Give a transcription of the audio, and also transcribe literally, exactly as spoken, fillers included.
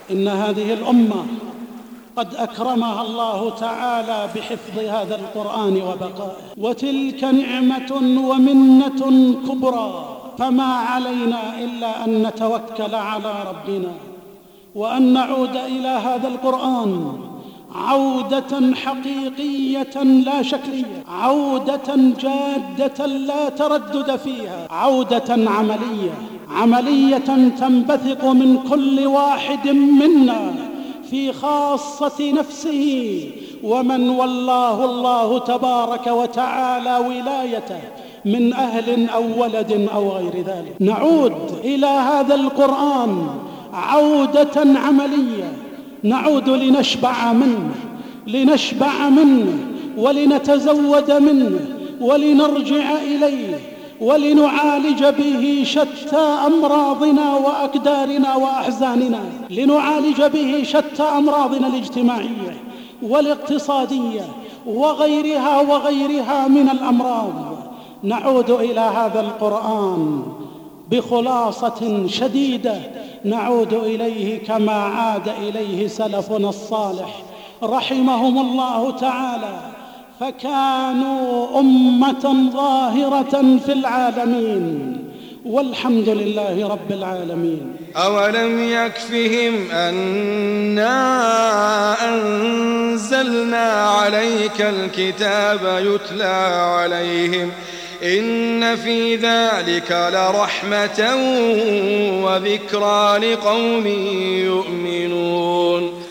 إن هذه الأمة قد أكرمها الله تعالى بحفظ هذا القرآن وبقائه، وتلك نعمة ومنة كبرى، فما علينا إلا أن نتوكل على ربنا وأن نعود إلى هذا القرآن عودة حقيقية لا شكلية، عودة جادة لا تردد فيها، عودة عملية عملية تنبثق من كل واحد منا في خاصة نفسه ومن والله الله تبارك وتعالى ولايته من أهل أو ولد أو غير ذلك. نعود إلى هذا القرآن عودة عملية، نعود لنشبع منه لنشبع منه ولنتزود منه ولنرجع إليه ولنعالج به شتى أمراضنا وأكدارنا وأحزاننا، لنعالج به شتى أمراضنا الاجتماعية والاقتصادية وغيرها وغيرها من الأمراض. نعود إلى هذا القرآن بخلاصة شديدة، نعود إليه كما عاد إليه سلفنا الصالح رحمهم الله تعالى، فكانوا أمة ظاهرة في العالمين، والحمد لله رب العالمين. أولم يكفهم أنا أنزلنا عليك الكتاب يتلى عليهم إن في ذلك لرحمة وذكرى لقوم يؤمنون.